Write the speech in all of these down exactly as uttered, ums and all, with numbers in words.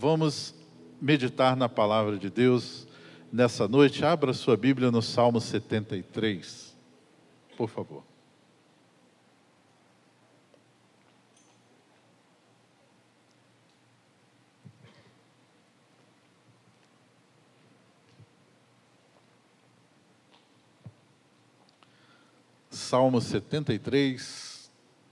Vamos meditar na palavra de Deus nessa noite. Abra sua Bíblia no Salmo setenta e três, por favor. Salmo setenta e três.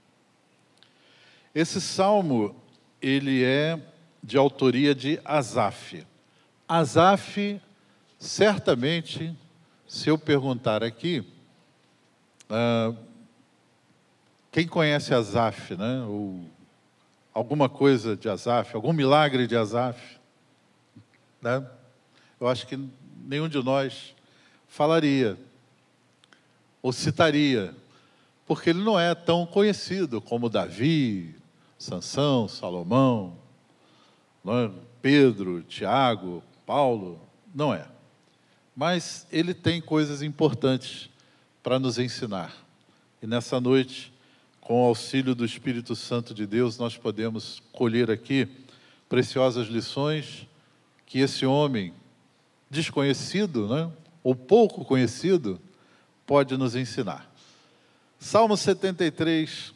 Esse salmo, ele é de autoria de Asaf. Asaf, certamente, se eu perguntar aqui, uh, quem conhece Asaf, né? Ou alguma coisa de Asaf, algum milagre de Asaf, né? Eu acho que nenhum de nós falaria ou citaria, porque ele não é tão conhecido como Davi, Sansão, Salomão, não é? Pedro, Tiago, Paulo, não é. Mas ele tem coisas importantes para nos ensinar. E nessa noite, com o auxílio do Espírito Santo de Deus, nós podemos colher aqui preciosas lições que esse homem desconhecido, né? Ou pouco conhecido, pode nos ensinar. Salmo setenta e três,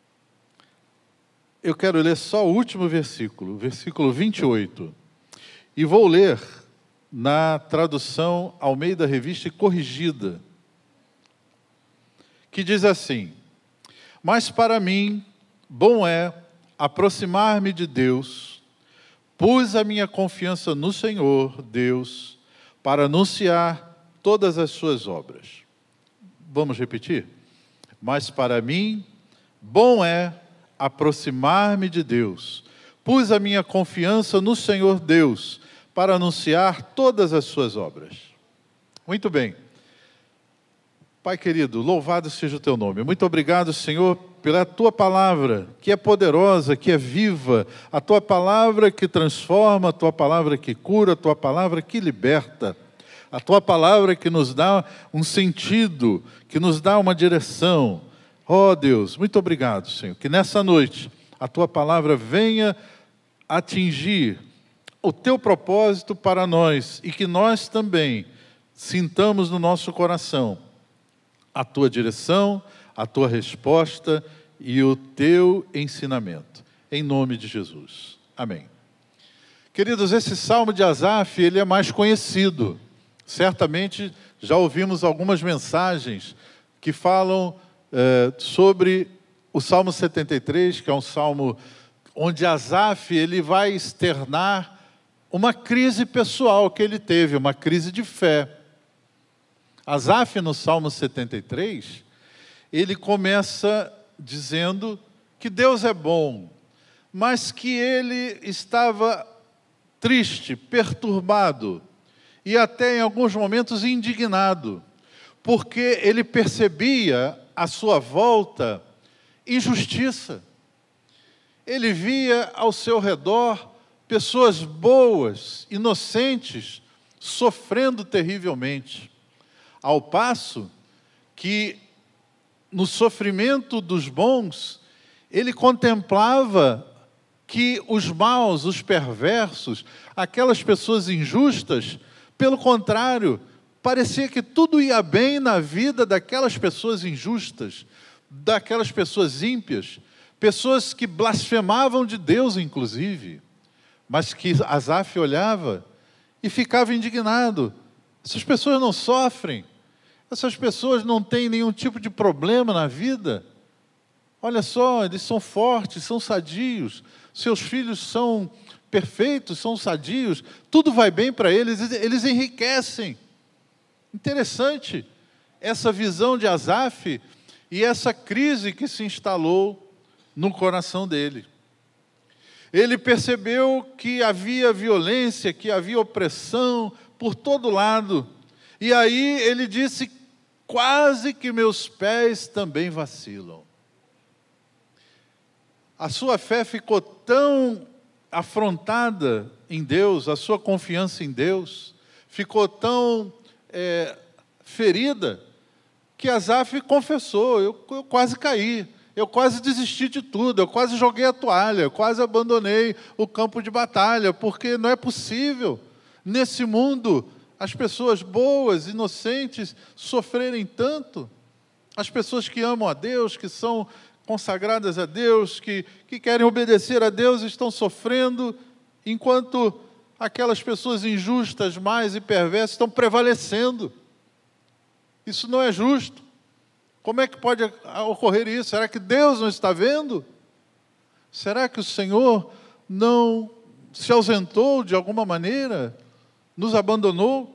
eu quero ler só o último versículo, versículo vinte e oito. E vou ler na tradução Almeida Revista e Corrigida, que diz assim: mas para mim, bom é aproximar-me de Deus, pus a minha confiança no Senhor, Deus, para anunciar todas as suas obras. Vamos repetir? Mas para mim, bom é aproximar-me de Deus. Pus a minha confiança no Senhor Deus, para anunciar todas as suas obras. Muito bem. Pai querido, louvado seja o teu nome. Muito obrigado, Senhor, pela tua palavra, que é poderosa, que é viva, a tua palavra que transforma, a tua palavra que cura, a tua palavra que liberta. A Tua palavra que nos dá um sentido, que nos dá uma direção. Oh Deus, muito obrigado, Senhor, que nessa noite a Tua palavra venha atingir o Teu propósito para nós e que nós também sintamos no nosso coração a Tua direção, a Tua resposta e o Teu ensinamento. Em nome de Jesus. Amém. Queridos, esse Salmo de Asaf, ele é mais conhecido. Certamente já ouvimos algumas mensagens que falam eh, sobre o Salmo setenta e três, que é um salmo onde Asaf ele vai externar uma crise pessoal que ele teve, uma crise de fé. Asaf, no Salmo setenta e três, ele começa dizendo que Deus é bom, mas que ele estava triste, perturbado, e até em alguns momentos indignado, porque ele percebia à sua volta injustiça. Ele via ao seu redor pessoas boas, inocentes, sofrendo terrivelmente, ao passo que no sofrimento dos bons, ele contemplava que os maus, os perversos, aquelas pessoas injustas, pelo contrário, parecia que tudo ia bem na vida daquelas pessoas injustas, daquelas pessoas ímpias, pessoas que blasfemavam de Deus, inclusive, mas que Asaf olhava e ficava indignado. Essas pessoas não sofrem, essas pessoas não têm nenhum tipo de problema na vida. Olha só, eles são fortes, são sadios, seus filhos são perfeitos, são sadios, tudo vai bem para eles, eles enriquecem. Interessante essa visão de Asaf e essa crise que se instalou no coração dele. Ele percebeu que havia violência, que havia opressão por todo lado. E aí ele disse, quase que meus pés também vacilam. A sua fé ficou tão afrontada em Deus, a sua confiança em Deus ficou tão é, ferida, que Asaf confessou, eu, eu quase caí, eu quase desisti de tudo, eu quase joguei a toalha, eu quase abandonei o campo de batalha, porque não é possível, nesse mundo, as pessoas boas, inocentes, sofrerem tanto. As pessoas que amam a Deus, que são consagradas a Deus, que, que querem obedecer a Deus, estão sofrendo, enquanto aquelas pessoas injustas, más e perversas estão prevalecendo. Isso não é justo. Como é que pode ocorrer isso? Será que Deus não está vendo? Será que o Senhor não se ausentou de alguma maneira? Nos abandonou?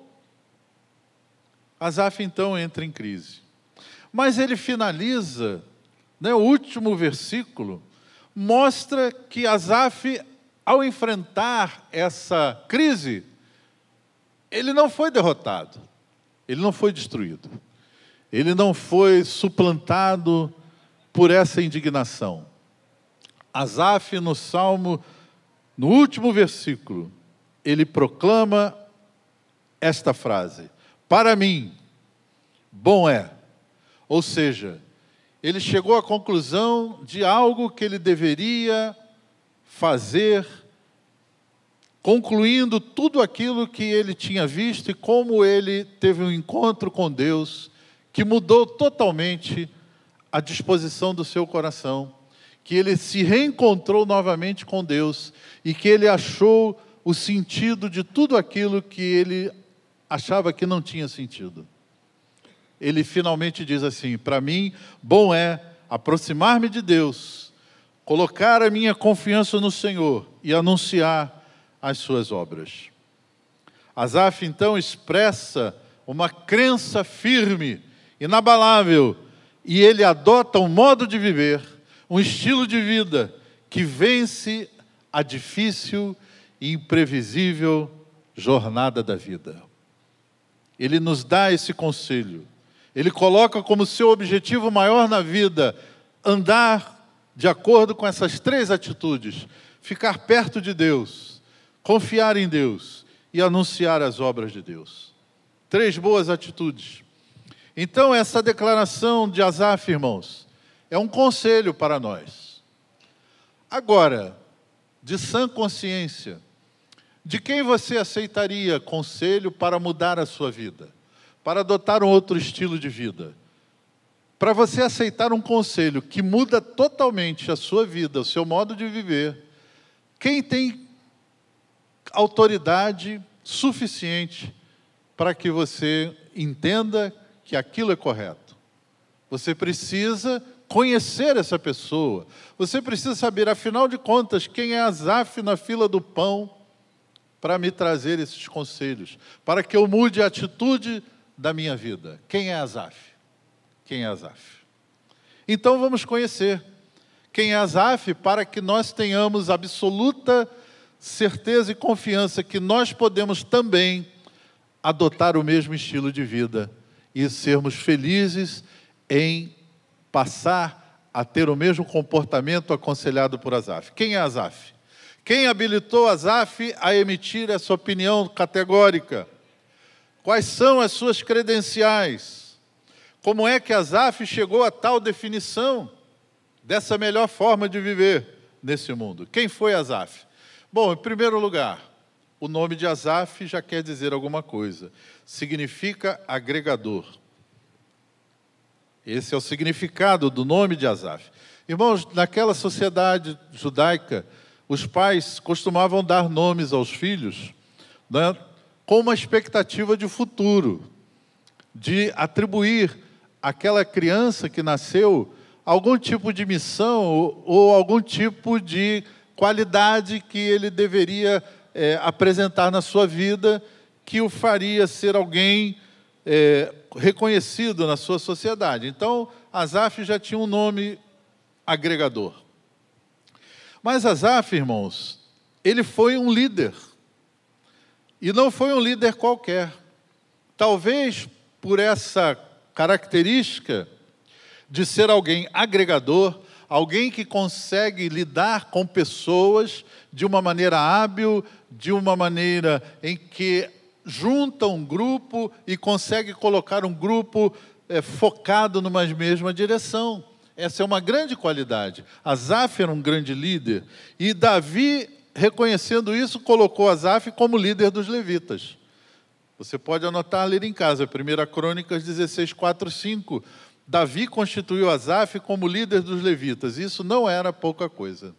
Asaf então entra em crise. Mas ele finaliza, né, o último versículo, mostra que Asaf, ao enfrentar essa crise, ele não foi derrotado, ele não foi destruído. Ele não foi suplantado por essa indignação. Asaf, no Salmo, no último versículo, ele proclama esta frase: para mim, bom é. Ou seja, ele chegou à conclusão de algo que ele deveria fazer, concluindo tudo aquilo que ele tinha visto e como ele teve um encontro com Deus, que mudou totalmente a disposição do seu coração, que ele se reencontrou novamente com Deus e que ele achou o sentido de tudo aquilo que ele achava que não tinha sentido. Ele finalmente diz assim: para mim, bom é aproximar-me de Deus, colocar a minha confiança no Senhor e anunciar as suas obras. Asaf então expressa uma crença firme, inabalável, e ele adota um modo de viver, um estilo de vida que vence a difícil e imprevisível jornada da vida. Ele nos dá esse conselho. Ele coloca como seu objetivo maior na vida andar de acordo com essas três atitudes: ficar perto de Deus, confiar em Deus e anunciar as obras de Deus. Três boas atitudes. Então, essa declaração de Asaf, irmãos, é um conselho para nós. Agora, de sã consciência, de quem você aceitaria conselho para mudar a sua vida, para adotar um outro estilo de vida? Para você aceitar um conselho que muda totalmente a sua vida, o seu modo de viver, quem tem autoridade suficiente para que você entenda que aquilo é correto? Você precisa conhecer essa pessoa. Você precisa saber, afinal de contas, quem é Asaf na fila do pão para me trazer esses conselhos, para que eu mude a atitude da minha vida. Quem é Asaf? Quem é Asaf? Então vamos conhecer quem é Asaf, para que nós tenhamos absoluta certeza e confiança que nós podemos também adotar o mesmo estilo de vida e sermos felizes em passar a ter o mesmo comportamento aconselhado por Asaf. Quem é Asaf? Quem habilitou Asaf a emitir essa opinião categórica? Quais são as suas credenciais? Como é que Asaf chegou a tal definição dessa melhor forma de viver nesse mundo? Quem foi Asaf? Bom, em primeiro lugar, o nome de Asaf já quer dizer alguma coisa. Significa agregador. Esse é o significado do nome de Asaf. Irmãos, naquela sociedade judaica, os pais costumavam dar nomes aos filhos, né, com uma expectativa de futuro, de atribuir àquela criança que nasceu algum tipo de missão ou, ou algum tipo de qualidade que ele deveria é, apresentar na sua vida, que o faria ser alguém é, reconhecido na sua sociedade. Então, Asaf já tinha um nome agregador. Mas Asaf, irmãos, ele foi um líder. E não foi um líder qualquer. Talvez por essa característica de ser alguém agregador, alguém que consegue lidar com pessoas de uma maneira hábil, de uma maneira em que junta um grupo e consegue colocar um grupo é, focado numa mesma direção. Essa é uma grande qualidade. Asaf era um grande líder, e Davi, reconhecendo isso, colocou Asaf como líder dos levitas. Você pode anotar, ler em casa, primeira Crônicas dezesseis, quatro, cinco. Davi constituiu Asaf como líder dos levitas. Isso não era pouca coisa.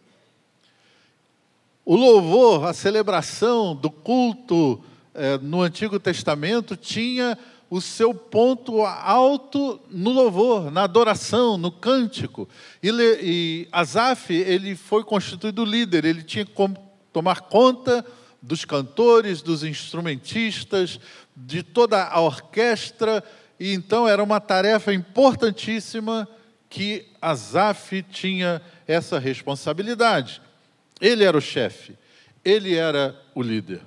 O louvor, a celebração do culto eh, no Antigo Testamento tinha o seu ponto alto no louvor, na adoração, no cântico. E, e Asaf, ele foi constituído líder, ele tinha que tomar conta dos cantores, dos instrumentistas, de toda a orquestra, e então era uma tarefa importantíssima que Asaf tinha essa responsabilidade. Ele era o chefe, ele era o líder.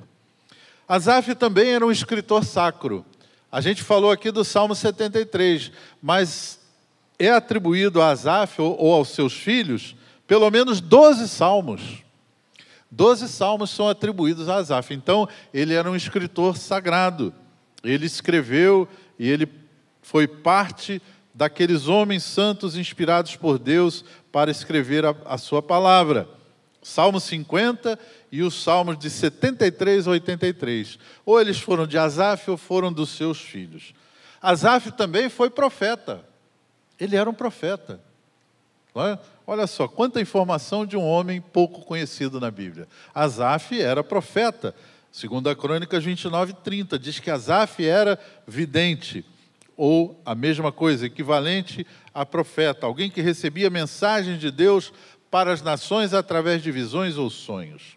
Asaf também era um escritor sacro. A gente falou aqui do Salmo setenta e três, mas é atribuído a Asaf ou, ou aos seus filhos pelo menos doze salmos. Doze salmos são atribuídos a Asaf. Então, ele era um escritor sagrado. Ele escreveu e ele foi parte daqueles homens santos inspirados por Deus para escrever a, a sua palavra. Salmo cinquenta e os salmos de setenta e três a oitenta e três. Ou eles foram de Asaf ou foram dos seus filhos. Asaf também foi profeta. Ele era um profeta. Não é? Olha só, quanta informação de um homem pouco conhecido na Bíblia. Asaf era profeta. Segunda Crônicas vinte e nove, trinta, diz que Asaf era vidente, ou a mesma coisa, equivalente a profeta, alguém que recebia mensagens de Deus para as nações através de visões ou sonhos.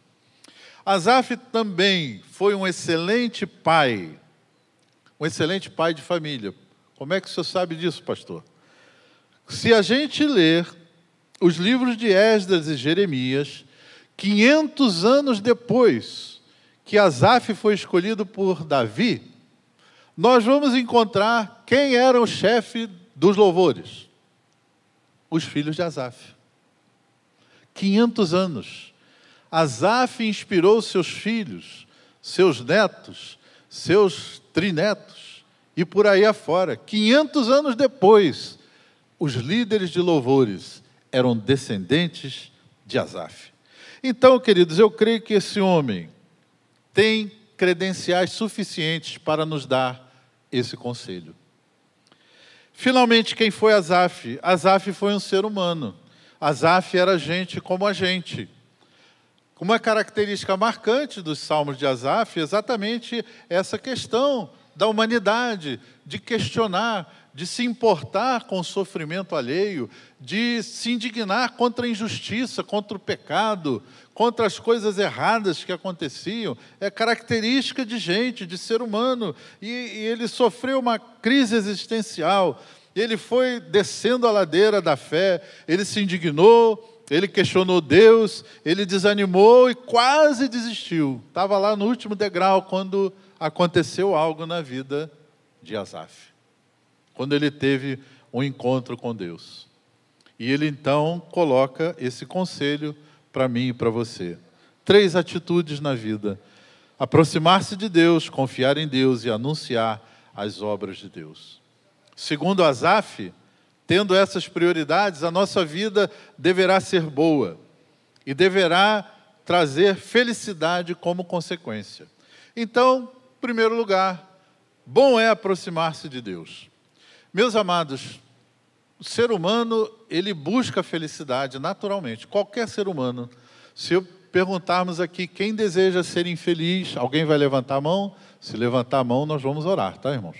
Asaf também foi um excelente pai, um excelente pai de família. Como é que o senhor sabe disso, pastor? Se a gente ler os livros de Esdras e Jeremias, quinhentos anos depois que Asaf foi escolhido por Davi, nós vamos encontrar quem era o chefe dos louvores. Os filhos de Asaf. quinhentos anos. Asaf inspirou seus filhos, seus netos, seus trinetos, e por aí afora. quinhentos anos depois, os líderes de louvores eram descendentes de Asaf. Então, queridos, eu creio que esse homem tem credenciais suficientes para nos dar esse conselho. Finalmente, quem foi Asaf? Asaf foi um ser humano. Asaf era gente como a gente. Uma característica marcante dos salmos de Asaf é exatamente essa questão da humanidade, de questionar, de se importar com o sofrimento alheio, de se indignar contra a injustiça, contra o pecado, contra as coisas erradas que aconteciam. É característica de gente, de ser humano. E, e ele sofreu uma crise existencial. Ele foi descendo a ladeira da fé, ele se indignou, ele questionou Deus, ele desanimou e quase desistiu. Estava lá no último degrau quando aconteceu algo na vida de Asaf. Quando ele teve um encontro com Deus. E ele então coloca esse conselho para mim e para você. Três atitudes na vida: aproximar-se de Deus, confiar em Deus e anunciar as obras de Deus. Segundo Asaf, tendo essas prioridades, a nossa vida deverá ser boa e deverá trazer felicidade como consequência. Então, em primeiro lugar, bom é aproximar-se de Deus. Meus amados, o ser humano, ele busca a felicidade naturalmente. Qualquer ser humano. Se eu perguntarmos aqui quem deseja ser infeliz, alguém vai levantar a mão? Se levantar a mão, nós vamos orar, tá, irmãos?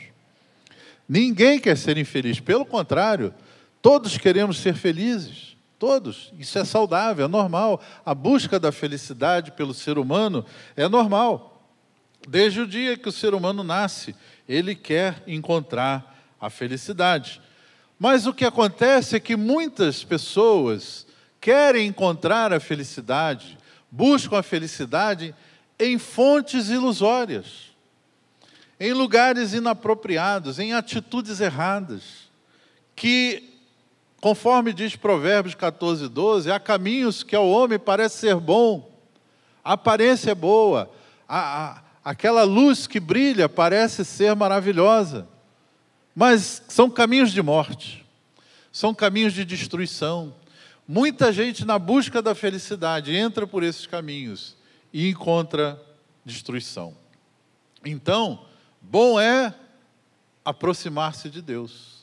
Ninguém quer ser infeliz. Pelo contrário, todos queremos ser felizes. Todos. Isso é saudável, é normal. A busca da felicidade pelo ser humano é normal. Desde o dia que o ser humano nasce, ele quer encontrar a felicidade. Mas o que acontece é que muitas pessoas querem encontrar a felicidade, buscam a felicidade em fontes ilusórias, em lugares inapropriados, em atitudes erradas, que, conforme diz Provérbios catorze, doze, há caminhos que ao homem parece ser bom, a aparência é boa, a, a, aquela luz que brilha parece ser maravilhosa, mas são caminhos de morte, são caminhos de destruição. Muita gente, na busca da felicidade, entra por esses caminhos e encontra destruição. Então, bom é aproximar-se de Deus.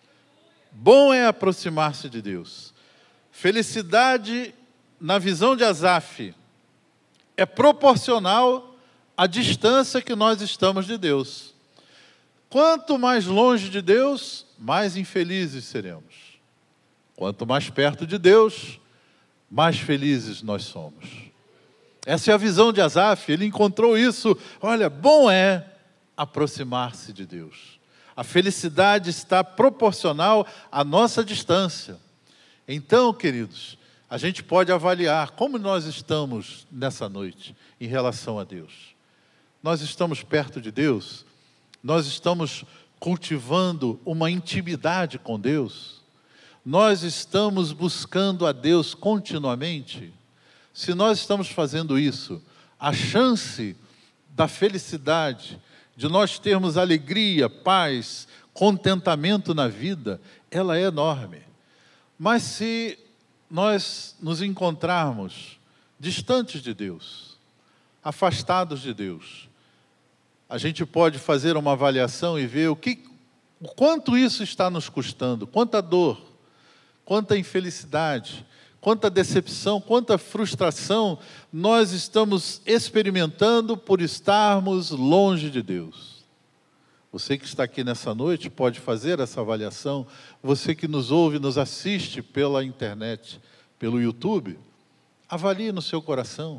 Bom é aproximar-se de Deus. Felicidade, na visão de Asaf, é proporcional à distância que nós estamos de Deus. Quanto mais longe de Deus, mais infelizes seremos. Quanto mais perto de Deus, mais felizes nós somos. Essa é a visão de Asaf, ele encontrou isso. Olha, bom é aproximar-se de Deus. A felicidade está proporcional à nossa distância. Então, queridos, a gente pode avaliar como nós estamos nessa noite em relação a Deus. Nós estamos perto de Deus? Nós estamos cultivando uma intimidade com Deus? Nós estamos buscando a Deus continuamente? Se nós estamos fazendo isso, a chance da felicidade, de nós termos alegria, paz, contentamento na vida, ela é enorme. Mas se nós nos encontrarmos distantes de Deus, afastados de Deus, a gente pode fazer uma avaliação e ver o, que, o quanto isso está nos custando, quanta dor, quanta infelicidade, quanta decepção, quanta frustração nós estamos experimentando por estarmos longe de Deus. Você que está aqui nessa noite pode fazer essa avaliação. Você que nos ouve, nos assiste pela internet, pelo YouTube, avalie no seu coração.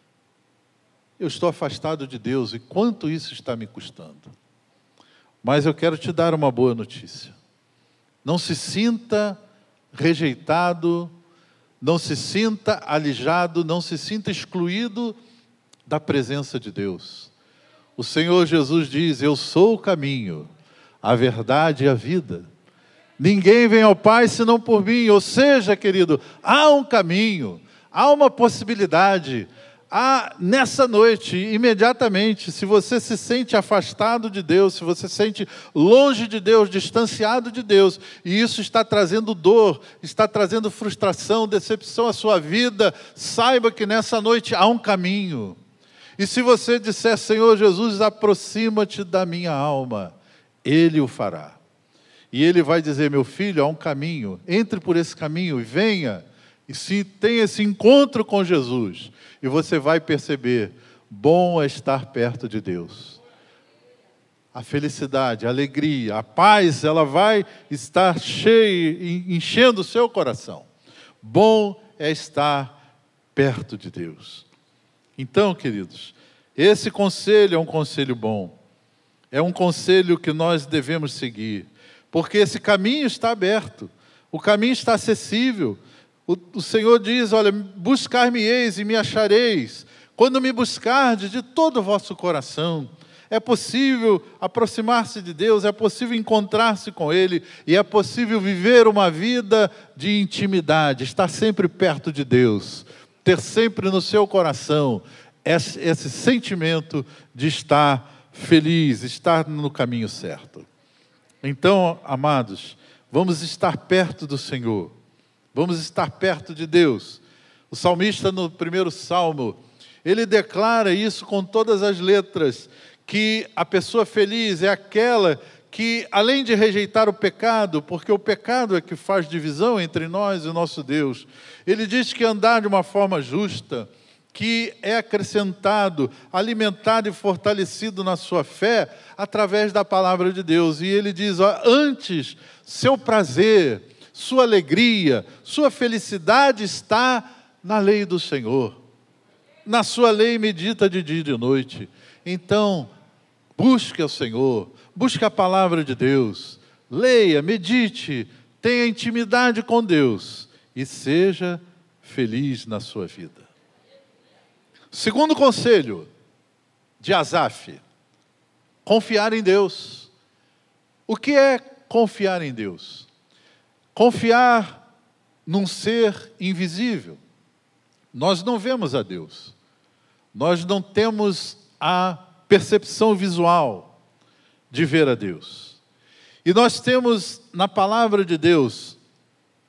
Eu estou afastado de Deus e quanto isso está me custando. Mas eu quero te dar uma boa notícia. Não se sinta rejeitado, não se sinta alijado, não se sinta excluído da presença de Deus. O Senhor Jesus diz, eu sou o caminho, a verdade e a vida. Ninguém vem ao Pai senão por mim. Ou seja, querido, há um caminho, há uma possibilidade. Há, nessa noite, imediatamente, se você se sente afastado de Deus, se você se sente longe de Deus, distanciado de Deus, e isso está trazendo dor, está trazendo frustração, decepção à sua vida, saiba que nessa noite há um caminho. E se você disser, Senhor Jesus, aproxima-te da minha alma, Ele o fará. E Ele vai dizer, meu filho, há um caminho, entre por esse caminho e venha, e se tem esse encontro com Jesus, e você vai perceber, bom é estar perto de Deus. A felicidade, a alegria, a paz, ela vai estar cheia, enchendo o seu coração. Bom é estar perto de Deus. Então, queridos, esse conselho é um conselho bom. É um conselho que nós devemos seguir, porque esse caminho está aberto, o caminho está acessível. O, o Senhor diz, olha, buscar-me-eis e me achareis, quando me buscardes de todo o vosso coração. É possível aproximar-se de Deus, é possível encontrar-se com Ele, e é possível viver uma vida de intimidade, estar sempre perto de Deus, ter sempre no seu coração esse, esse sentimento de estar feliz, estar no caminho certo. Então, amados, vamos estar perto do Senhor. Vamos estar perto de Deus. O salmista, no primeiro salmo, ele declara isso com todas as letras, que a pessoa feliz é aquela que, além de rejeitar o pecado, porque o pecado é que faz divisão entre nós e o nosso Deus, ele diz que andar de uma forma justa, que é acrescentado, alimentado e fortalecido na sua fé, através da palavra de Deus. E ele diz, ó, antes, seu prazer, sua alegria, sua felicidade está na lei do Senhor. Na sua lei medita de dia e de noite. Então, busque ao Senhor, busque a palavra de Deus, leia, medite, tenha intimidade com Deus e seja feliz na sua vida. Segundo conselho de Asaf, confiar em Deus. O que é confiar em Deus? Confiar num ser invisível. Nós não vemos a Deus. Nós não temos a percepção visual de ver a Deus. E nós temos na palavra de Deus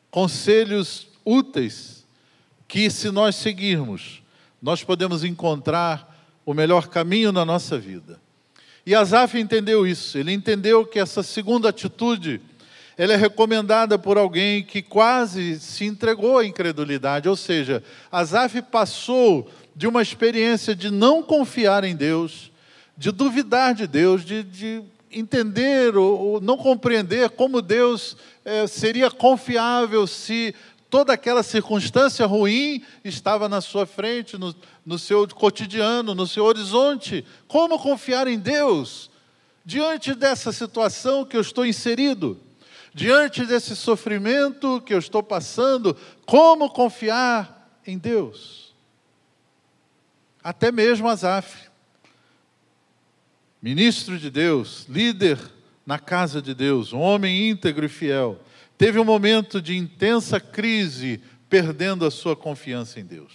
conselhos úteis que, se nós seguirmos, nós podemos encontrar o melhor caminho na nossa vida. E Asaf entendeu isso. Ele entendeu que essa segunda atitude, ela é recomendada por alguém que quase se entregou à incredulidade. Ou seja, Asaf passou de uma experiência de não confiar em Deus, de duvidar de Deus, de, de entender ou, ou não compreender como Deus é, seria confiável se toda aquela circunstância ruim estava na sua frente, no, no seu cotidiano, no seu horizonte. Como confiar em Deus diante dessa situação que eu estou inserido? Diante desse sofrimento que eu estou passando, como confiar em Deus? Até mesmo Asaf, ministro de Deus, líder na casa de Deus, um homem íntegro e fiel, teve um momento de intensa crise, perdendo a sua confiança em Deus.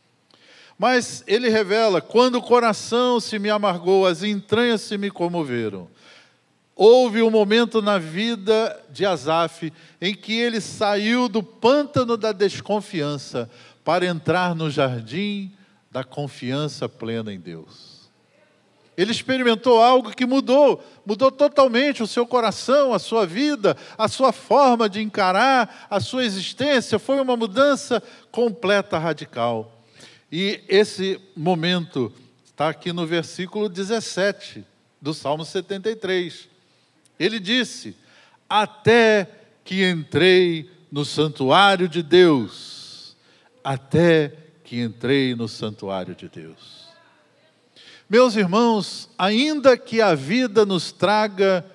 Mas ele revela: quando o coração se me amargou, as entranhas se me comoveram. Houve um momento na vida de Asaf em que ele saiu do pântano da desconfiança para entrar no jardim da confiança plena em Deus. Ele experimentou algo que mudou, mudou totalmente o seu coração, a sua vida, a sua forma de encarar a sua existência. Foi uma mudança completa, radical. E esse momento está aqui no versículo dezessete do Salmo setenta e três. Ele disse: até que entrei no santuário de Deus, até que entrei no santuário de Deus. Meus irmãos, ainda que a vida nos traga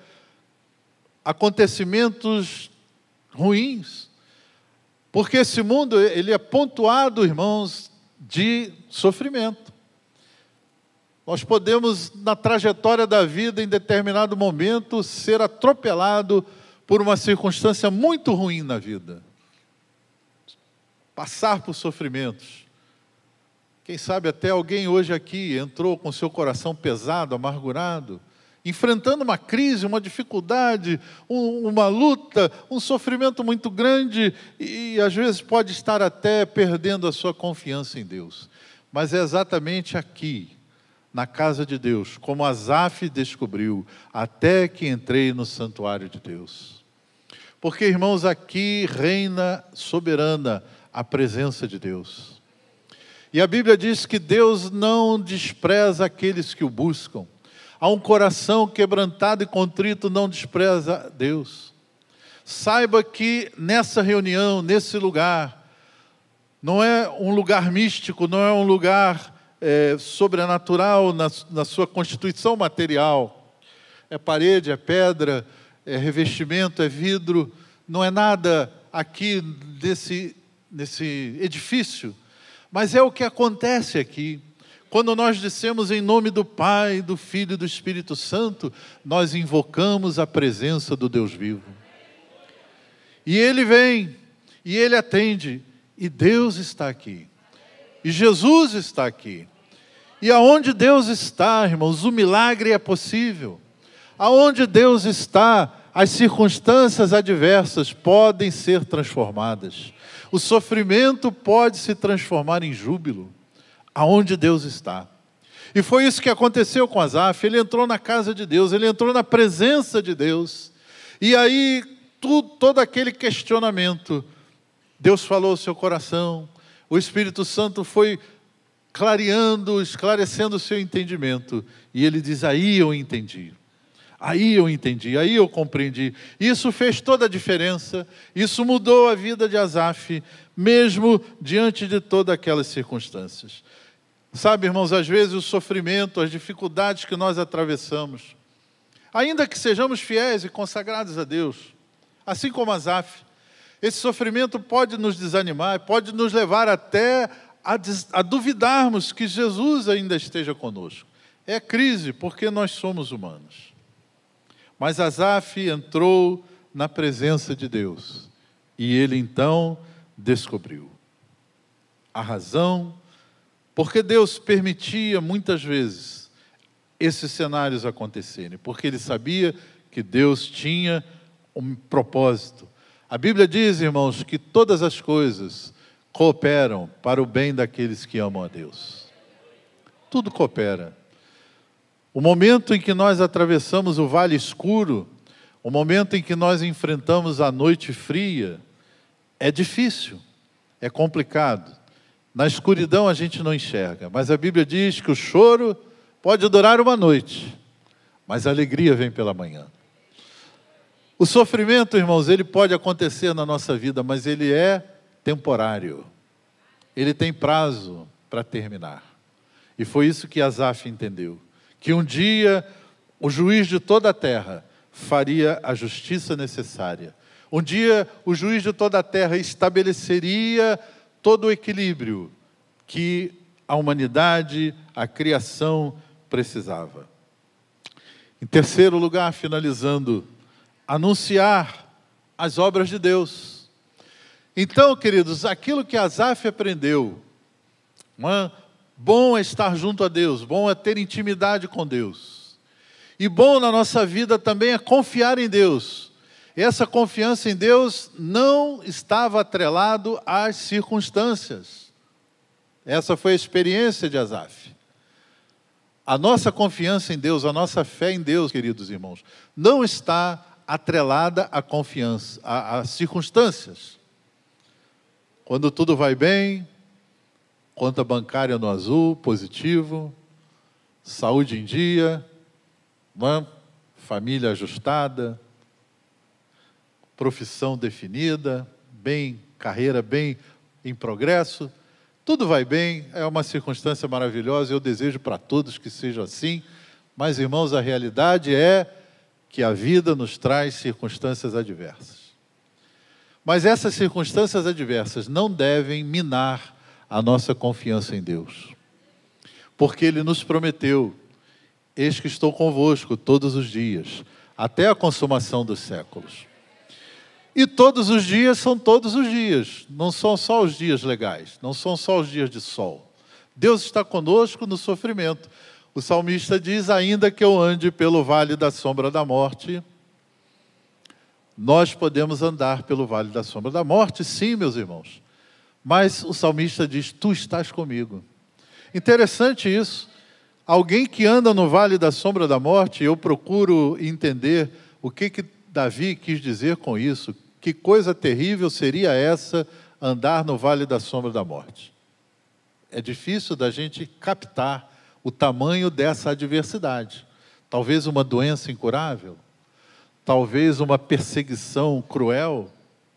acontecimentos ruins, porque esse mundo ele é pontuado, irmãos, de sofrimento. Nós podemos, na trajetória da vida, em determinado momento, ser atropelado por uma circunstância muito ruim na vida. Passar por sofrimentos. Quem sabe até alguém hoje aqui entrou com seu coração pesado, amargurado, enfrentando uma crise, uma dificuldade, um, uma luta, um sofrimento muito grande e, e às vezes pode estar até perdendo a sua confiança em Deus. Mas é exatamente aqui, na casa de Deus, como Asaf descobriu, até que entrei no santuário de Deus. Porque, irmãos, aqui reina soberana a presença de Deus. E a Bíblia diz que Deus não despreza aqueles que o buscam. Há um coração quebrantado e contrito, não despreza Deus. Saiba que nessa reunião, nesse lugar, não é um lugar místico, não é um lugar é, sobrenatural na, na sua constituição material. É parede, é pedra, é revestimento, é vidro. Não é nada aqui desse, nesse edifício. Mas é o que acontece aqui. Quando nós dissemos em nome do Pai, do Filho e do Espírito Santo, nós invocamos a presença do Deus vivo. E Ele vem, e Ele atende, e Deus está aqui. E Jesus está aqui. E aonde Deus está, irmãos, o milagre é possível. Aonde Deus está, as circunstâncias adversas podem ser transformadas. O sofrimento pode se transformar em júbilo, aonde Deus está. E foi isso que aconteceu com Asaf. Ele entrou na casa de Deus, ele entrou na presença de Deus. E aí, tu, todo aquele questionamento, Deus falou ao seu coração, o Espírito Santo foi clareando, esclarecendo o seu entendimento. E ele diz: aí eu entendi. Aí eu entendi, aí eu compreendi. Isso fez toda a diferença. Isso mudou a vida de Asaf, mesmo diante de todas aquelas circunstâncias. Sabe, irmãos, às vezes o sofrimento, as dificuldades que nós atravessamos, ainda que sejamos fiéis e consagrados a Deus, assim como Asaf, esse sofrimento pode nos desanimar, pode nos levar até a, a duvidarmos que Jesus ainda esteja conosco. É crise, porque nós somos humanos. Mas Asaf entrou na presença de Deus e ele então descobriu a razão porque Deus permitia muitas vezes esses cenários acontecerem, porque ele sabia que Deus tinha um propósito. A Bíblia diz, irmãos, que todas as coisas cooperam para o bem daqueles que amam a Deus. Tudo coopera. O momento em que nós atravessamos o vale escuro, o momento em que nós enfrentamos a noite fria, é difícil, é complicado. Na escuridão a gente não enxerga, mas a Bíblia diz que o choro pode durar uma noite, mas a alegria vem pela manhã. O sofrimento, irmãos, ele pode acontecer na nossa vida, mas ele é temporário. Ele tem prazo para terminar. E foi isso que Asaf entendeu. Que um dia o juiz de toda a terra faria a justiça necessária. Um dia o juiz de toda a terra estabeleceria todo o equilíbrio que a humanidade, a criação precisava. Em terceiro lugar, finalizando, anunciar as obras de Deus. Então, queridos, aquilo que Asaf aprendeu, não é? Bom é estar junto a Deus, bom é ter intimidade com Deus. E bom na nossa vida também é confiar em Deus. Essa confiança em Deus não estava atrelado às circunstâncias. Essa foi a experiência de Asaf. A nossa confiança em Deus, a nossa fé em Deus, queridos irmãos, não está atrelada à confiança, às circunstâncias. Quando tudo vai bem, conta bancária no azul, positivo, saúde em dia, não é? Família ajustada, profissão definida, bem, carreira bem em progresso, tudo vai bem, é uma circunstância maravilhosa, eu desejo para todos que seja assim, mas, irmãos, a realidade é que a vida nos traz circunstâncias adversas. Mas essas circunstâncias adversas não devem minar a nossa confiança em Deus. Porque Ele nos prometeu, eis que estou convosco todos os dias, até a consumação dos séculos. E todos os dias são todos os dias, não são só os dias legais, não são só os dias de sol. Deus está conosco no sofrimento. O salmista diz, ainda que eu ande pelo vale da sombra da morte, nós podemos andar pelo vale da sombra da morte, sim, meus irmãos. Mas o salmista diz, tu estás comigo. Interessante isso. Alguém que anda no vale da sombra da morte, eu procuro entender o que, que Davi quis dizer com isso. Que coisa terrível seria essa, andar no vale da sombra da morte. É difícil da gente captar o tamanho dessa adversidade. Talvez uma doença incurável, talvez uma perseguição cruel,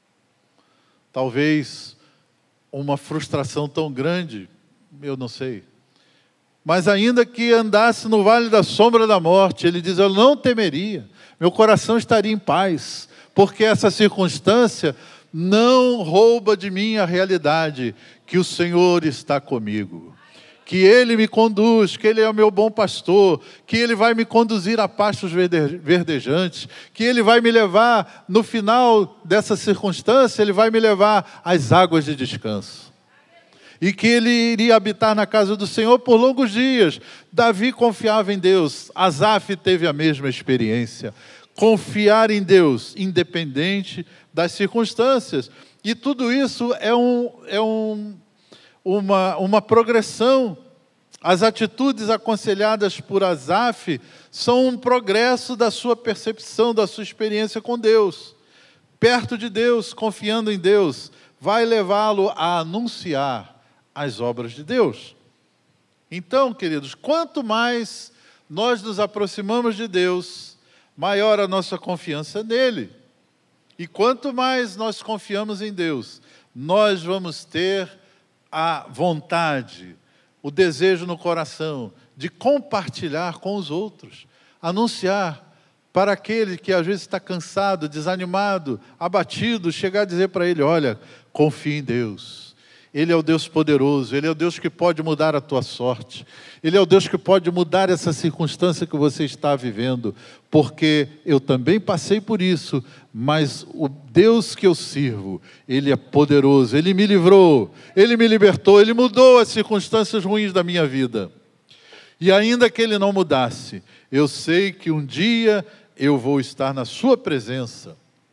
talvez uma frustração tão grande, eu não sei. Mas ainda que andasse no vale da sombra da morte, ele diz, eu não temeria, meu coração estaria em paz, porque essa circunstância não rouba de mim a realidade, que o Senhor está comigo, que Ele me conduz, que Ele é o meu bom pastor, que Ele vai me conduzir a pastos verdejantes, que Ele vai me levar, no final dessa circunstância, Ele vai me levar às águas de descanso. E que Ele iria habitar na casa do Senhor por longos dias. Davi confiava em Deus, Asaf teve a mesma experiência. Confiar em Deus, independente das circunstâncias. E tudo isso é, um, é um, uma, uma progressão. As atitudes aconselhadas por Asaf são um progresso da sua percepção, da sua experiência com Deus. Perto de Deus, confiando em Deus, vai levá-lo a anunciar as obras de Deus. Então, queridos, quanto mais nós nos aproximamos de Deus, maior a nossa confiança nele. E quanto mais nós confiamos em Deus, nós vamos ter a vontade, o desejo no coração de compartilhar com os outros, anunciar para aquele que às vezes está cansado, desanimado, abatido, chegar a dizer para ele, olha, confie em Deus. Ele é o Deus poderoso, Ele é o Deus que pode mudar a tua sorte. Ele é o Deus que pode mudar essa circunstância que você está vivendo, porque eu também passei por isso, mas o Deus que eu sirvo, Ele é poderoso, Ele me livrou, Ele me libertou, Ele mudou as circunstâncias ruins da minha vida. E ainda que Ele não mudasse, eu sei que um dia eu vou estar na sua presença.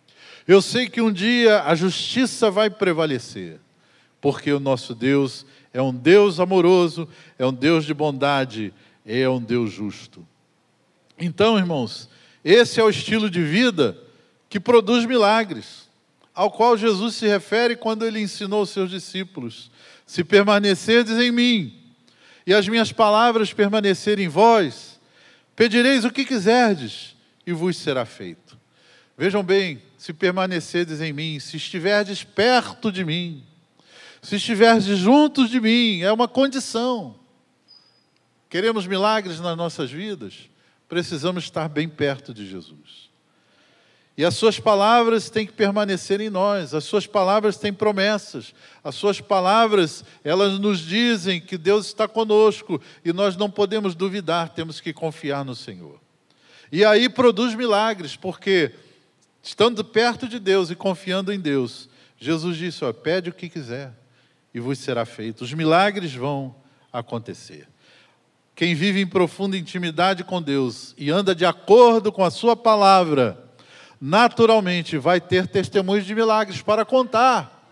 Eu sei que um dia a justiça vai prevalecer, porque o nosso Deus é um Deus amoroso, é um Deus de bondade, é um Deus justo. Então, irmãos, esse é o estilo de vida que produz milagres, ao qual Jesus se refere quando ele ensinou aos seus discípulos: se permanecerdes em mim, e as minhas palavras permanecerem em vós, pedireis o que quiserdes, e vos será feito. Vejam bem, se permanecerdes em mim, se estiverdes perto de mim, se estiverdes juntos de mim, é uma condição. Queremos milagres nas nossas vidas? Precisamos estar bem perto de Jesus. E as suas palavras têm que permanecer em nós, as suas palavras têm promessas, as suas palavras, elas nos dizem que Deus está conosco e nós não podemos duvidar, temos que confiar no Senhor. E aí produz milagres, porque estando perto de Deus e confiando em Deus, Jesus disse: ó, pede o que quiser e vos será feito. Os milagres vão acontecer. Quem vive em profunda intimidade com Deus e anda de acordo com a sua palavra, naturalmente vai ter testemunhos de milagres para contar.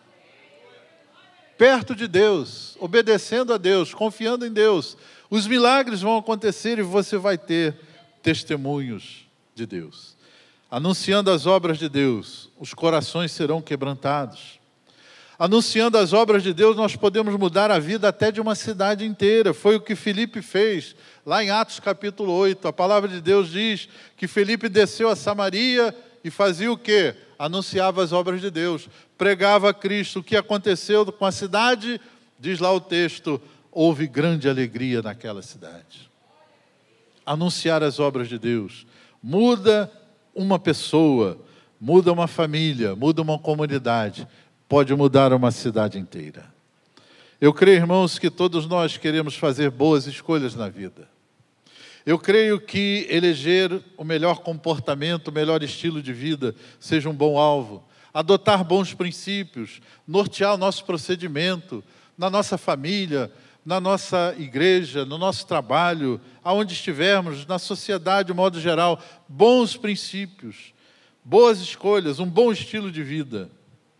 Perto de Deus, obedecendo a Deus, confiando em Deus, os milagres vão acontecer e você vai ter testemunhos de Deus. Anunciando as obras de Deus, os corações serão quebrantados. Anunciando as obras de Deus, nós podemos mudar a vida até de uma cidade inteira. Foi o que Filipe fez, lá em Atos capítulo oito. A palavra de Deus diz que Filipe desceu a Samaria e fazia o quê? Anunciava as obras de Deus, pregava a Cristo. O que aconteceu com a cidade? Diz lá o texto: houve grande alegria naquela cidade. Anunciar as obras de Deus muda uma pessoa, muda uma família, muda uma comunidade, pode mudar uma cidade inteira. Eu creio, irmãos, que todos nós queremos fazer boas escolhas na vida. Eu creio que eleger o melhor comportamento, o melhor estilo de vida, seja um bom alvo. Adotar bons princípios, nortear o nosso procedimento, na nossa família, na nossa igreja, no nosso trabalho, aonde estivermos, na sociedade de modo geral, bons princípios, boas escolhas, um bom estilo de vida.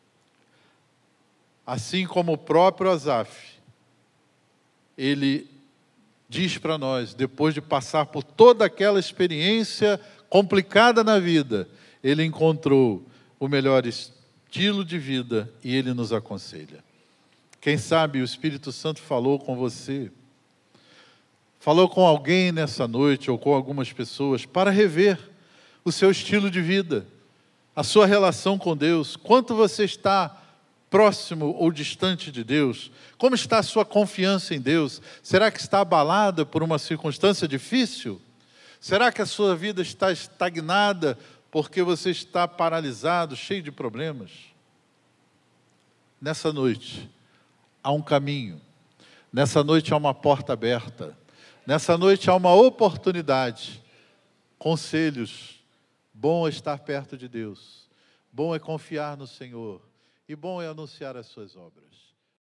Assim como o próprio Asaf, ele diz para nós, depois de passar por toda aquela experiência complicada na vida, ele encontrou o melhor estilo de vida e ele nos aconselha. Quem sabe o Espírito Santo falou com você, falou com alguém nessa noite ou com algumas pessoas para rever o seu estilo de vida, a sua relação com Deus, quanto você está próximo ou distante de Deus? Como está a sua confiança em Deus? Será que está abalada por uma circunstância difícil? Será que a sua vida está estagnada porque você está paralisado, cheio de problemas? Nessa noite, há um caminho. Nessa noite há uma porta aberta. Nessa noite há uma oportunidade. Conselhos. Bom é estar perto de Deus. Bom é confiar no Senhor. E bom é anunciar as suas obras.